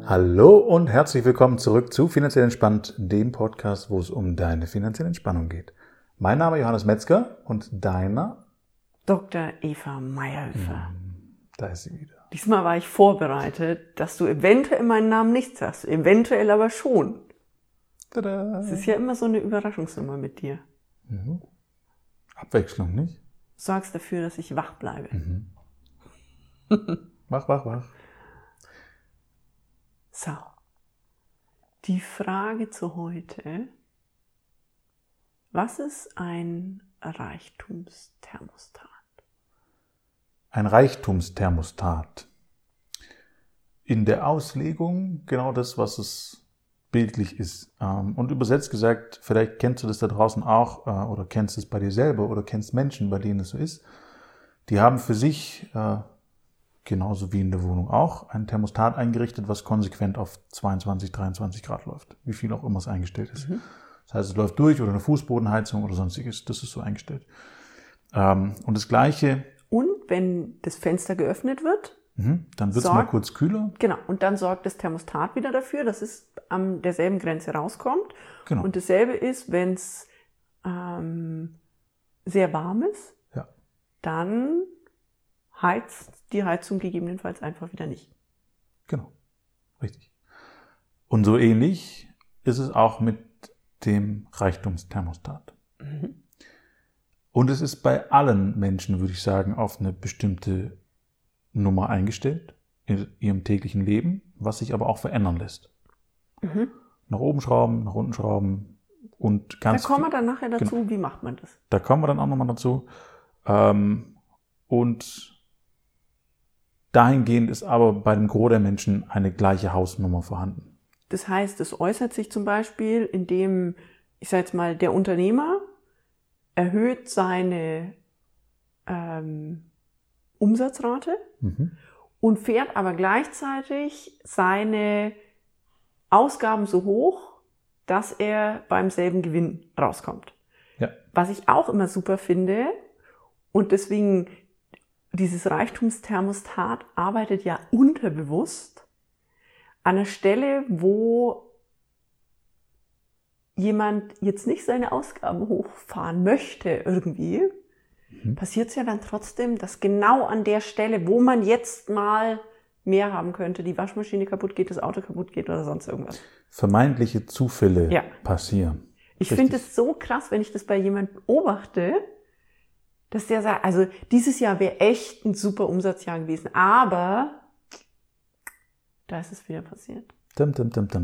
Hallo und herzlich willkommen zurück zu Finanziell Entspannt, dem Podcast, wo es um deine finanzielle Entspannung geht. Mein Name ist Johannes Metzger und deiner? Dr. Eva Mayerhöfer. Da ist sie wieder. Diesmal war ich vorbereitet, dass du eventuell meinen Namen nicht sagst, eventuell aber schon. Tada! Es ist ja immer so eine Überraschungsnummer mit dir. Abwechslung, nicht? Du sorgst dafür, dass ich wach bleibe. Wach. So, die Frage zu heute: Was ist ein Reichtumsthermostat? Ein Reichtumsthermostat. In der Auslegung genau das, was es bildlich ist. Und übersetzt gesagt, vielleicht kennst du das da draußen auch oder kennst es bei dir selber oder kennst Menschen, bei denen es so ist. Die haben für sich, genauso wie in der Wohnung auch, ein Thermostat eingerichtet, was konsequent auf 22, 23 Grad läuft. Wie viel auch immer es eingestellt ist. Das heißt, es läuft durch oder eine Fußbodenheizung oder sonstiges. Das ist so eingestellt. Und das Gleiche. Und wenn das Fenster geöffnet wird, dann wird es mal kurz kühler. Genau, und dann sorgt das Thermostat wieder dafür, dass es an derselben Grenze rauskommt. Genau. Und dasselbe ist, wenn es sehr warm ist, dann heizt die Heizung gegebenenfalls einfach wieder nicht. Genau, richtig. Und so ähnlich ist es auch mit dem Reichtumsthermostat. Und es ist bei allen Menschen, würde ich sagen, auf eine bestimmte Nummer eingestellt in ihrem täglichen Leben, was sich aber auch verändern lässt. Nach oben schrauben, nach unten schrauben und ganz Da kommen wir dann nachher dazu, genau. Wie macht man das? Da kommen wir dann auch nochmal dazu. Und dahingehend ist aber bei dem Gros der Menschen eine gleiche Hausnummer vorhanden. Das heißt, es äußert sich zum Beispiel, indem, ich sage jetzt mal, der Unternehmer erhöht seine Umsatzrate und fährt aber gleichzeitig seine Ausgaben so hoch, dass er beim selben Gewinn rauskommt. Ja. Was ich auch immer super finde, und deswegen dieses Reichtumsthermostat arbeitet ja unterbewusst an einer Stelle, wo jemand jetzt nicht seine Ausgaben hochfahren möchte irgendwie, passiert es ja dann trotzdem, dass genau an der Stelle, wo man jetzt mal mehr haben könnte, die Waschmaschine kaputt geht, das Auto kaputt geht oder sonst irgendwas. Vermeintliche Zufälle passieren. Ich finde es so krass, wenn ich das bei jemandem beobachte, dass der sagt, also dieses Jahr wäre echt ein super Umsatzjahr gewesen, aber da ist es wieder passiert. Richtig,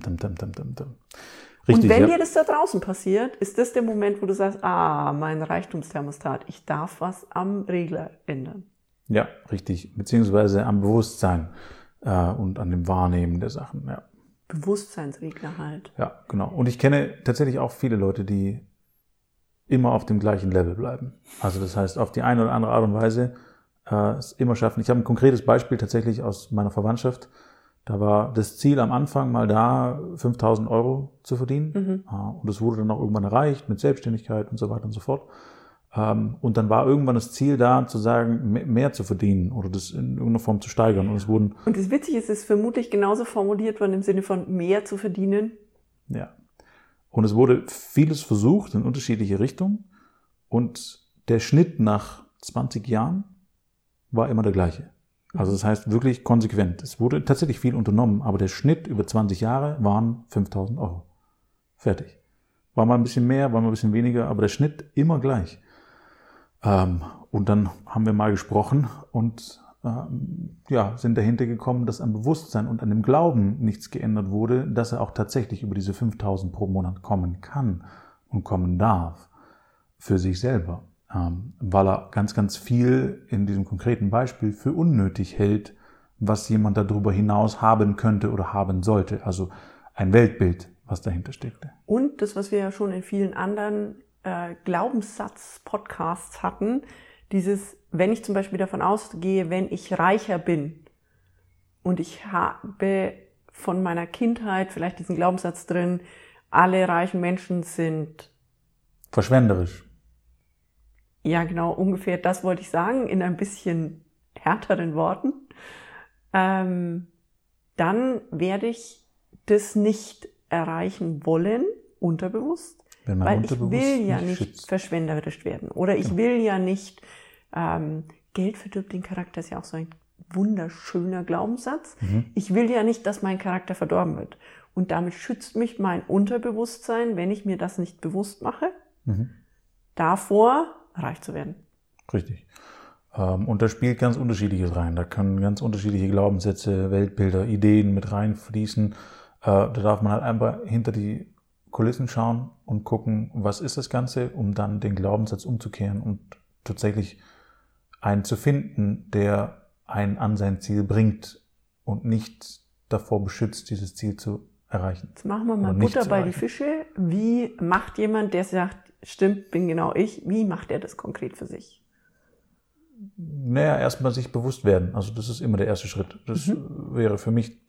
und wenn dir das da draußen passiert, ist das der Moment, wo du sagst, mein Reichtumsthermostat, ich darf was am Regler ändern. Ja, richtig. Beziehungsweise am Bewusstsein und an dem Wahrnehmen der Sachen. Ja. Bewusstseinsregler halt. Ja, genau. Und ich kenne tatsächlich auch viele Leute, die immer auf dem gleichen Level bleiben. Also das heißt, auf die eine oder andere Art und Weise es immer schaffen. Ich habe ein konkretes Beispiel tatsächlich aus meiner Verwandtschaft. Da war das Ziel am Anfang mal da, 5.000 Euro zu verdienen. Und das wurde dann auch irgendwann erreicht mit Selbstständigkeit und so weiter und so fort. Und dann war irgendwann das Ziel da, zu sagen, mehr zu verdienen oder das in irgendeiner Form zu steigern. Und das Witzige ist, es ist vermutlich genauso formuliert worden im Sinne von mehr zu verdienen. Ja. Und es wurde vieles versucht in unterschiedliche Richtungen. Und der Schnitt nach 20 Jahren war immer der gleiche. Also das heißt wirklich konsequent. Es wurde tatsächlich viel unternommen, aber der Schnitt über 20 Jahre waren 5.000 Euro. Fertig. War mal ein bisschen mehr, war mal ein bisschen weniger, aber der Schnitt immer gleich. Und dann haben wir mal gesprochen und sind dahinter gekommen, dass am Bewusstsein und an dem Glauben nichts geändert wurde, dass er auch tatsächlich über diese 5.000 pro Monat kommen kann und kommen darf für sich selber, weil er ganz, ganz viel in diesem konkreten Beispiel für unnötig hält, was jemand darüber hinaus haben könnte oder haben sollte. Also ein Weltbild, was dahinter steckte. Und das, was wir ja schon in vielen anderen Glaubenssatz-Podcasts hatten, dieses, wenn ich zum Beispiel davon ausgehe, wenn ich reicher bin und ich habe von meiner Kindheit vielleicht diesen Glaubenssatz drin, alle reichen Menschen sind verschwenderisch. Ja, genau, ungefähr das wollte ich sagen, in ein bisschen härteren Worten. dann werde ich das nicht erreichen wollen, unterbewusst, weil ich will ja nicht verschwenderisch werden. Oder ich will ja nicht, Geld verdirbt den Charakter, ist ja auch so ein wunderschöner Glaubenssatz. Ich will ja nicht, dass mein Charakter verdorben wird. Und damit schützt mich mein Unterbewusstsein, wenn ich mir das nicht bewusst mache, davor reich zu werden. Richtig. Und da spielt ganz Unterschiedliches rein. Da können ganz unterschiedliche Glaubenssätze, Weltbilder, Ideen mit reinfließen. Da darf man halt einfach hinter die Kulissen schauen und gucken, was ist das Ganze, um dann den Glaubenssatz umzukehren und tatsächlich einen zu finden, der einen an sein Ziel bringt und nicht davor beschützt, dieses Ziel zu erreichen. Jetzt machen wir mal Butter bei die Fische. Wie macht jemand, der sagt, stimmt, bin genau ich, wie macht er das konkret für sich? Naja, erstmal sich bewusst werden. Also das ist immer der erste Schritt. Das wäre für mich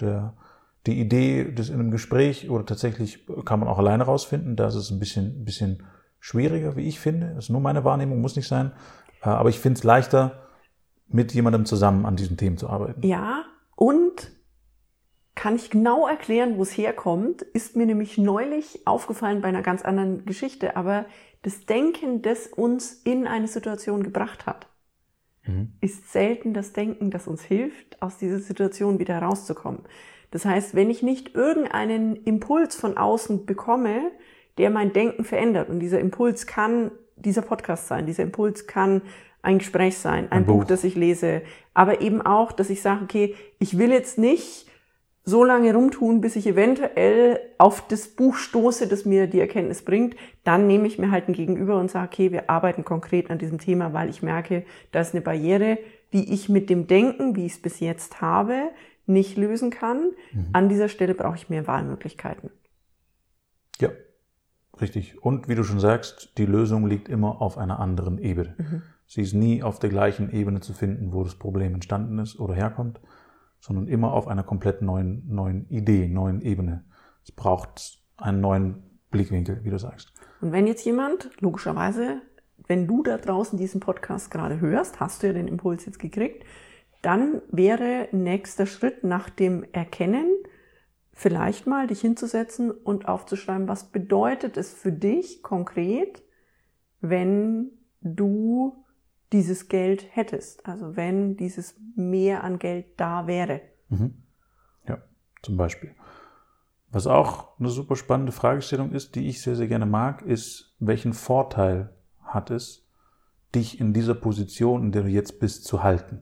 die Idee, das in einem Gespräch oder tatsächlich kann man auch alleine rausfinden. Da ist es ein bisschen schwieriger, wie ich finde. Das ist nur meine Wahrnehmung, muss nicht sein. Aber ich finde es leichter, mit jemandem zusammen an diesen Themen zu arbeiten. Ja, und kann ich genau erklären, wo es herkommt, ist mir nämlich neulich aufgefallen bei einer ganz anderen Geschichte. Aber das Denken, das uns in eine Situation gebracht hat, ist selten das Denken, das uns hilft, aus dieser Situation wieder herauszukommen. Das heißt, wenn ich nicht irgendeinen Impuls von außen bekomme, der mein Denken verändert, und dieser Impuls kann dieser Podcast sein, dieser Impuls kann ein Gespräch sein, ein Buch, das ich lese, aber eben auch, dass ich sage, okay, ich will jetzt nicht so lange rumtun, bis ich eventuell auf das Buch stoße, das mir die Erkenntnis bringt, dann nehme ich mir halt ein Gegenüber und sage, okay, wir arbeiten konkret an diesem Thema, weil ich merke, da ist eine Barriere, die ich mit dem Denken, wie ich es bis jetzt habe, nicht lösen kann. An dieser Stelle brauche ich mehr Wahlmöglichkeiten. Ja, richtig. Und wie du schon sagst, die Lösung liegt immer auf einer anderen Ebene. Sie ist nie auf der gleichen Ebene zu finden, wo das Problem entstanden ist oder herkommt, sondern immer auf einer komplett neuen Idee, neuen Ebene. Es braucht einen neuen Blickwinkel, wie du sagst. Und wenn jetzt jemand, logischerweise, wenn du da draußen diesen Podcast gerade hörst, hast du ja den Impuls jetzt gekriegt, dann wäre nächster Schritt nach dem Erkennen, vielleicht mal dich hinzusetzen und aufzuschreiben, was bedeutet es für dich konkret, wenn du dieses Geld hättest, also wenn dieses Mehr an Geld da wäre. Ja, zum Beispiel. Was auch eine super spannende Fragestellung ist, die ich sehr, sehr gerne mag, ist, welchen Vorteil hat es, dich in dieser Position, in der du jetzt bist, zu halten?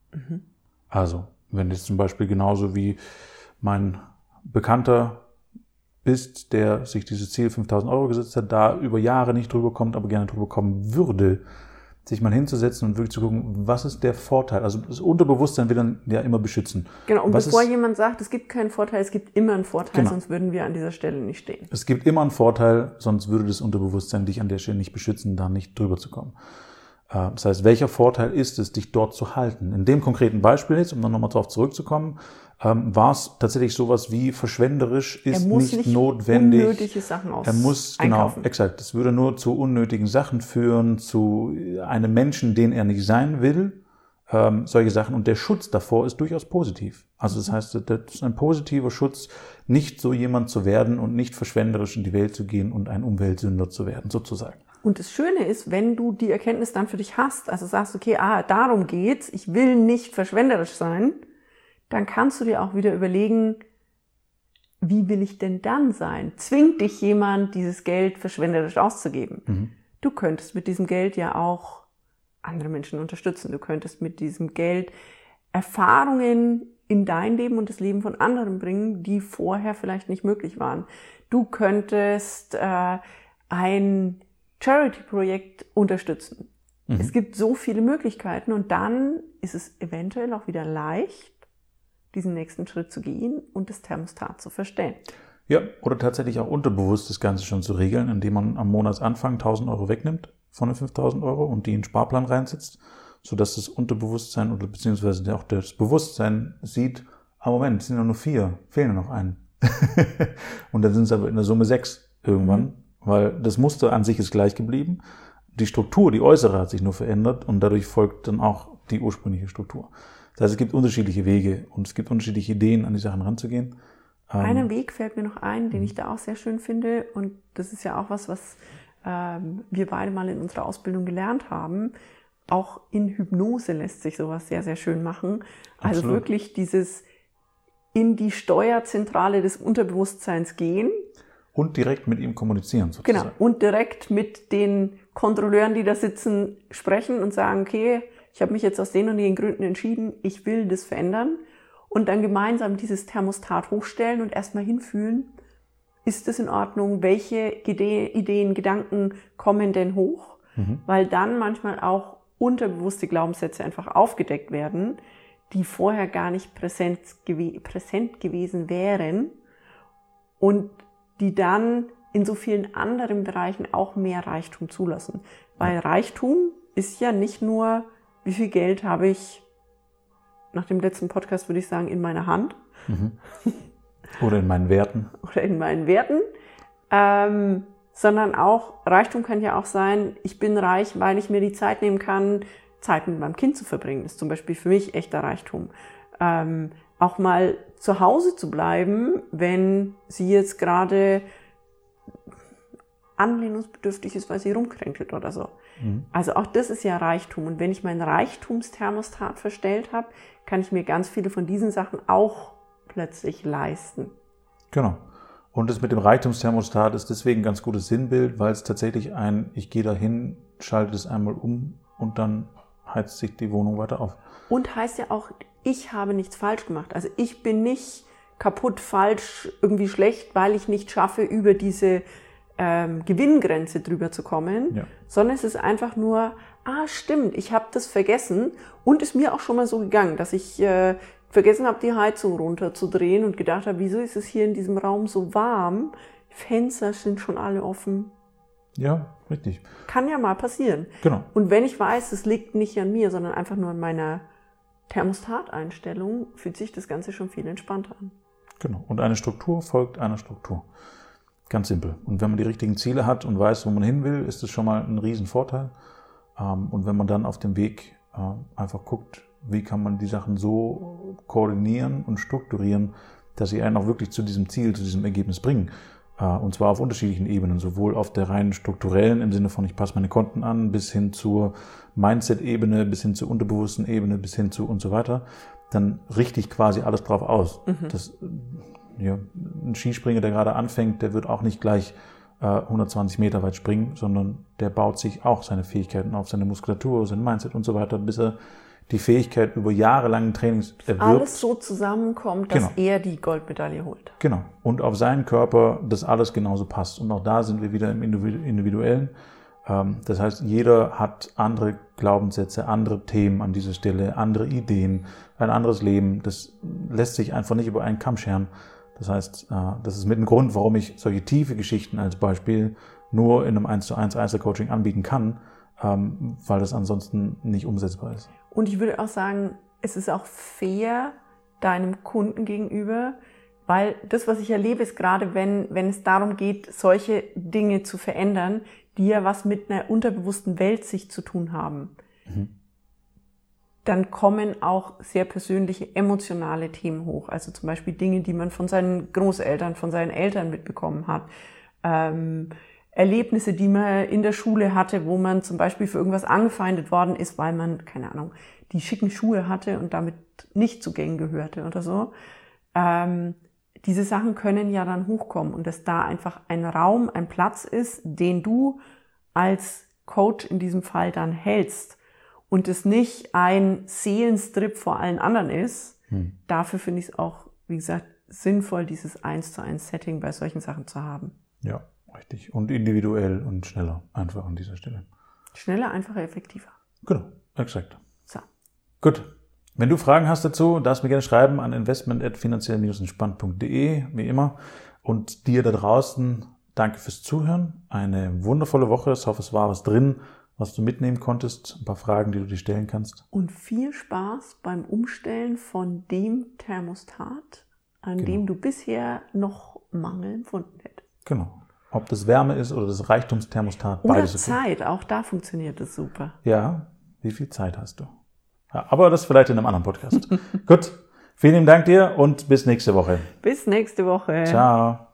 Also, wenn du jetzt zum Beispiel genauso wie mein Bekannter bist, der sich dieses Ziel 5.000 Euro gesetzt hat, da über Jahre nicht drüber kommt, aber gerne drüber kommen würde, sich mal hinzusetzen und wirklich zu gucken, was ist der Vorteil? Also das Unterbewusstsein will dann ja immer beschützen. Genau, und bevor jemand sagt, es gibt keinen Vorteil, es gibt immer einen Vorteil, sonst würden wir an dieser Stelle nicht stehen. Es gibt immer einen Vorteil, sonst würde das Unterbewusstsein dich an der Stelle nicht beschützen, da nicht drüber zu kommen. Das heißt, welcher Vorteil ist es, dich dort zu halten? In dem konkreten Beispiel jetzt, um dann nochmal darauf zurückzukommen, war es tatsächlich sowas wie verschwenderisch ist nicht notwendig. Unnötige Sachen er muss, genau, exakt. Das würde nur zu unnötigen Sachen führen, zu einem Menschen, den er nicht sein will. Solche Sachen. Und der Schutz davor ist durchaus positiv. Also das heißt, das ist ein positiver Schutz, nicht so jemand zu werden und nicht verschwenderisch in die Welt zu gehen und ein Umweltsünder zu werden, sozusagen. Und das Schöne ist, wenn du die Erkenntnis dann für dich hast, also sagst, okay, darum geht's, ich will nicht verschwenderisch sein, dann kannst du dir auch wieder überlegen, wie will ich denn dann sein? Zwingt dich jemand, dieses Geld verschwenderisch auszugeben? Du könntest mit diesem Geld ja auch andere Menschen unterstützen. Du könntest mit diesem Geld Erfahrungen in dein Leben und das Leben von anderen bringen, die vorher vielleicht nicht möglich waren. Du könntest ein Charity-Projekt unterstützen. Es gibt so viele Möglichkeiten und dann ist es eventuell auch wieder leicht, diesen nächsten Schritt zu gehen und das Thermostat zu verstellen. Ja, oder tatsächlich auch unterbewusst das Ganze schon zu regeln, indem man am Monatsanfang 1.000 Euro wegnimmt von den 5.000 Euro und die in den Sparplan reinsetzt, sodass das Unterbewusstsein oder beziehungsweise auch das Bewusstsein sieht, Moment, es sind ja nur 4, fehlen ja noch einen. Und dann sind es aber in der Summe 6 irgendwann, weil das Muster an sich ist gleich geblieben. Die Struktur, die äußere hat sich nur verändert und dadurch folgt dann auch die ursprüngliche Struktur. Das heißt, es gibt unterschiedliche Wege und es gibt unterschiedliche Ideen, an die Sachen ranzugehen. Einer Weg fällt mir noch ein, den ich da auch sehr schön finde. Und das ist ja auch was wir beide mal in unserer Ausbildung gelernt haben. Auch in Hypnose lässt sich sowas sehr, sehr schön machen. Also Absolut. wirklich dieses in die Steuerzentrale des Unterbewusstseins gehen. Und direkt mit ihm kommunizieren sozusagen. Genau. Und direkt mit den Kontrolleuren, die da sitzen, sprechen und sagen, okay, ich habe mich jetzt aus den und den Gründen entschieden, ich will das verändern. Und dann gemeinsam dieses Thermostat hochstellen und erstmal hinfühlen, ist das in Ordnung? Welche Ideen, Gedanken kommen denn hoch? Weil dann manchmal auch unterbewusste Glaubenssätze einfach aufgedeckt werden, die vorher gar nicht präsent gewesen wären und die dann in so vielen anderen Bereichen auch mehr Reichtum zulassen. Weil Reichtum ist ja nicht nur, wie viel Geld habe ich, nach dem letzten Podcast würde ich sagen, in meiner Hand. Oder in meinen Werten. Oder in meinen Werten. Sondern auch, Reichtum kann ja auch sein, ich bin reich, weil ich mir die Zeit nehmen kann, Zeit mit meinem Kind zu verbringen. Ist zum Beispiel für mich echter Reichtum. Auch mal zu Hause zu bleiben, wenn sie jetzt gerade anlehnungsbedürftig ist, weil sie rumkränkelt oder so. Also auch das ist ja Reichtum. Und wenn ich mein Reichtumsthermostat verstellt habe, kann ich mir ganz viele von diesen Sachen auch plötzlich leisten. Genau. Und das mit dem Reichtumsthermostat ist deswegen ein ganz gutes Sinnbild, weil es tatsächlich ich gehe dahin, schalte es einmal um und dann heizt sich die Wohnung weiter auf. Und heißt ja auch, ich habe nichts falsch gemacht. Also ich bin nicht kaputt, falsch, irgendwie schlecht, weil ich nicht schaffe, über diese Gewinngrenze drüber zu kommen, sondern es ist einfach nur, stimmt, ich habe das vergessen und ist mir auch schon mal so gegangen, dass ich vergessen habe, die Heizung runterzudrehen und gedacht habe, wieso ist es hier in diesem Raum so warm? Die Fenster sind schon alle offen. Ja, richtig. Kann ja mal passieren. Genau. Und wenn ich weiß, es liegt nicht an mir, sondern einfach nur an meiner Thermostateinstellung, fühlt sich das Ganze schon viel entspannter an. Genau. Und eine Struktur folgt einer Struktur. Ganz simpel. Und wenn man die richtigen Ziele hat und weiß, wo man hin will, ist das schon mal ein Riesenvorteil. Und wenn man dann auf dem Weg einfach guckt, wie kann man die Sachen so koordinieren und strukturieren, dass sie einen auch wirklich zu diesem Ziel, zu diesem Ergebnis bringen. Und zwar auf unterschiedlichen Ebenen, sowohl auf der rein strukturellen, im Sinne von ich passe meine Konten an, bis hin zur Mindset-Ebene, bis hin zur unterbewussten Ebene, bis hin zu und so weiter. Dann richte ich quasi alles drauf aus. Ein Skispringer, der gerade anfängt, der wird auch nicht gleich 120 Meter weit springen, sondern der baut sich auch seine Fähigkeiten auf, seine Muskulatur, sein Mindset und so weiter, bis er die Fähigkeit über jahrelangen Trainings erwirbt. Alles so zusammenkommt, dass er die Goldmedaille holt. Genau. Und auf seinen Körper das alles genauso passt. Und auch da sind wir wieder im Individuellen. Das heißt, jeder hat andere Glaubenssätze, andere Themen an dieser Stelle, andere Ideen, ein anderes Leben. Das lässt sich einfach nicht über einen Kamm scheren. Das heißt, das ist mit ein Grund, warum ich solche tiefe Geschichten als Beispiel nur in einem 1:1 Einzelcoaching anbieten kann, weil das ansonsten nicht umsetzbar ist. Und ich würde auch sagen, es ist auch fair deinem Kunden gegenüber, weil das, was ich erlebe, ist gerade, wenn es darum geht, solche Dinge zu verändern, die ja was mit einer unterbewussten Weltsicht zu tun haben, dann kommen auch sehr persönliche, emotionale Themen hoch. Also zum Beispiel Dinge, die man von seinen Großeltern, von seinen Eltern mitbekommen hat. Erlebnisse, die man in der Schule hatte, wo man zum Beispiel für irgendwas angefeindet worden ist, weil man, keine Ahnung, die schicken Schuhe hatte und damit nicht zu Gängen gehörte oder so. Diese Sachen können ja dann hochkommen und dass da einfach ein Raum, ein Platz ist, den du als Coach in diesem Fall dann hältst und es nicht ein Seelenstrip vor allen anderen ist. Dafür finde ich es auch, wie gesagt, sinnvoll, dieses 1:1 Setting bei solchen Sachen zu haben. Ja, richtig. Und individuell und schneller einfach an dieser Stelle. Schneller, einfacher, effektiver. Genau, exakt. So. Gut. Wenn du Fragen hast dazu, darfst du mir gerne schreiben an investment@finanziell-entspannt.de, wie immer. Und dir da draußen, danke fürs Zuhören. Eine wundervolle Woche. Ich hoffe, es war was drin, was du mitnehmen konntest. Ein paar Fragen, die du dir stellen kannst. Und viel Spaß beim Umstellen von dem Thermostat, an dem du bisher noch Mangel empfunden hättest. Genau. Ob das Wärme ist oder das Reichtumsthermostat. Oder beides okay. Zeit, auch da funktioniert es super. Ja, wie viel Zeit hast du? Ja, aber das vielleicht in einem anderen Podcast. Gut, vielen Dank dir und bis nächste Woche. Bis nächste Woche. Ciao.